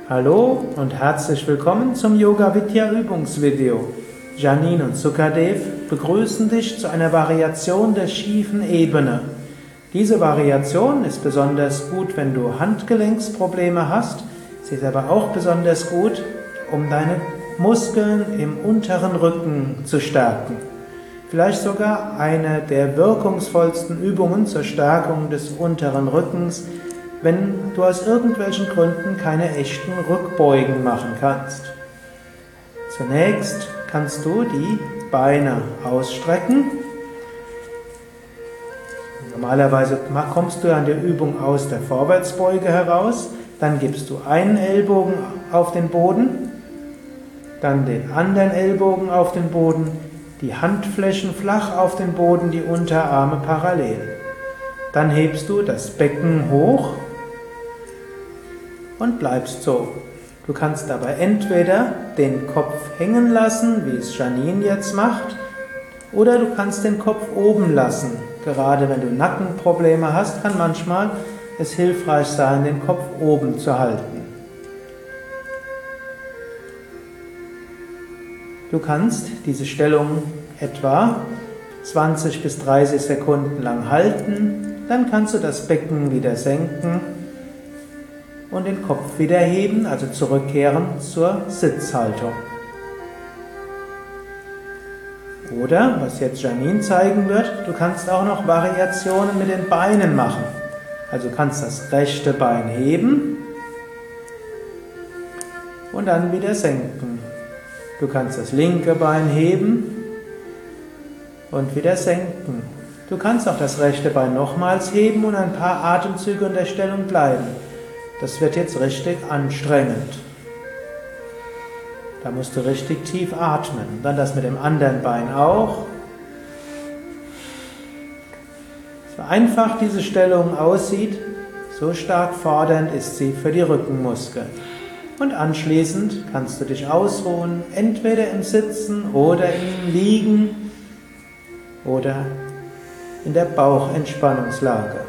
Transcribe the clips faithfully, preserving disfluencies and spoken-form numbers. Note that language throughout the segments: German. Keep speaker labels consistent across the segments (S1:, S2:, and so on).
S1: Hallo und herzlich willkommen zum Yoga Vidya Übungsvideo. Janine und Sukadev begrüßen dich zu einer Variation der schiefen Ebene. Diese Variation ist besonders gut, wenn du Handgelenksprobleme hast. Sie ist aber auch besonders gut, um deine Muskeln im unteren Rücken zu stärken. Vielleicht sogar eine der wirkungsvollsten Übungen zur Stärkung des unteren Rückens, wenn du aus irgendwelchen Gründen keine echten Rückbeugen machen kannst. Zunächst kannst du die Beine ausstrecken. Normalerweise kommst du an der Übung aus der Vorwärtsbeuge heraus, dann gibst du einen Ellbogen auf den Boden, dann den anderen Ellbogen auf den Boden, die Handflächen flach auf den Boden, die Unterarme parallel. Dann hebst du das Becken hoch und bleibst so. Du kannst dabei entweder den Kopf hängen lassen, wie es Janine jetzt macht, oder du kannst den Kopf oben lassen. Gerade wenn du Nackenprobleme hast, kann manchmal es hilfreich sein, den Kopf oben zu halten. Du kannst diese Stellung etwa zwanzig bis dreißig Sekunden lang halten, dann kannst du das Becken wieder senken und den Kopf wieder heben, also zurückkehren zur Sitzhaltung. Oder, was jetzt Janine zeigen wird, du kannst auch noch Variationen mit den Beinen machen. Also du kannst das rechte Bein heben und dann wieder senken. Du kannst das linke Bein heben und wieder senken. Du kannst auch das rechte Bein nochmals heben und ein paar Atemzüge in der Stellung bleiben. Das wird jetzt richtig anstrengend. Da musst du richtig tief atmen. Dann das mit dem anderen Bein auch. So einfach diese Stellung aussieht, so stark fordernd ist sie für die Rückenmuskeln. Und anschließend kannst du dich ausruhen, entweder im Sitzen oder im Liegen oder in der Bauchentspannungslage.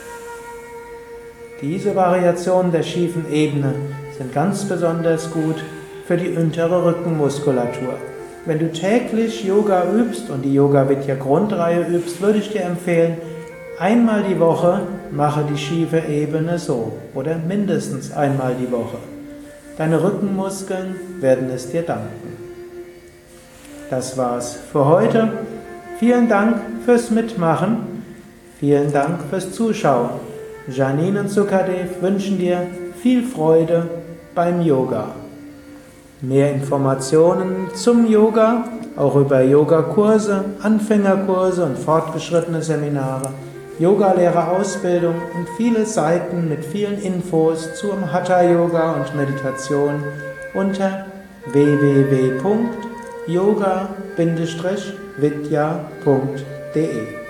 S1: Diese Variationen der schiefen Ebene sind ganz besonders gut für die untere Rückenmuskulatur. Wenn du täglich Yoga übst und die Yoga Vidya Grundreihe übst, würde ich dir empfehlen, einmal die Woche mache die schiefe Ebene so oder mindestens einmal die Woche. Deine Rückenmuskeln werden es dir danken. Das war's für heute. Vielen Dank fürs Mitmachen. Vielen Dank fürs Zuschauen. Janine und Sukadev wünschen dir viel Freude beim Yoga. Mehr Informationen zum Yoga, auch über Yogakurse, Anfängerkurse und fortgeschrittene Seminare, Yogalehrerausbildung und viele Seiten mit vielen Infos zum Hatha Yoga und Meditation unter w w w punkt yoga Bindestrich vidya punkt de.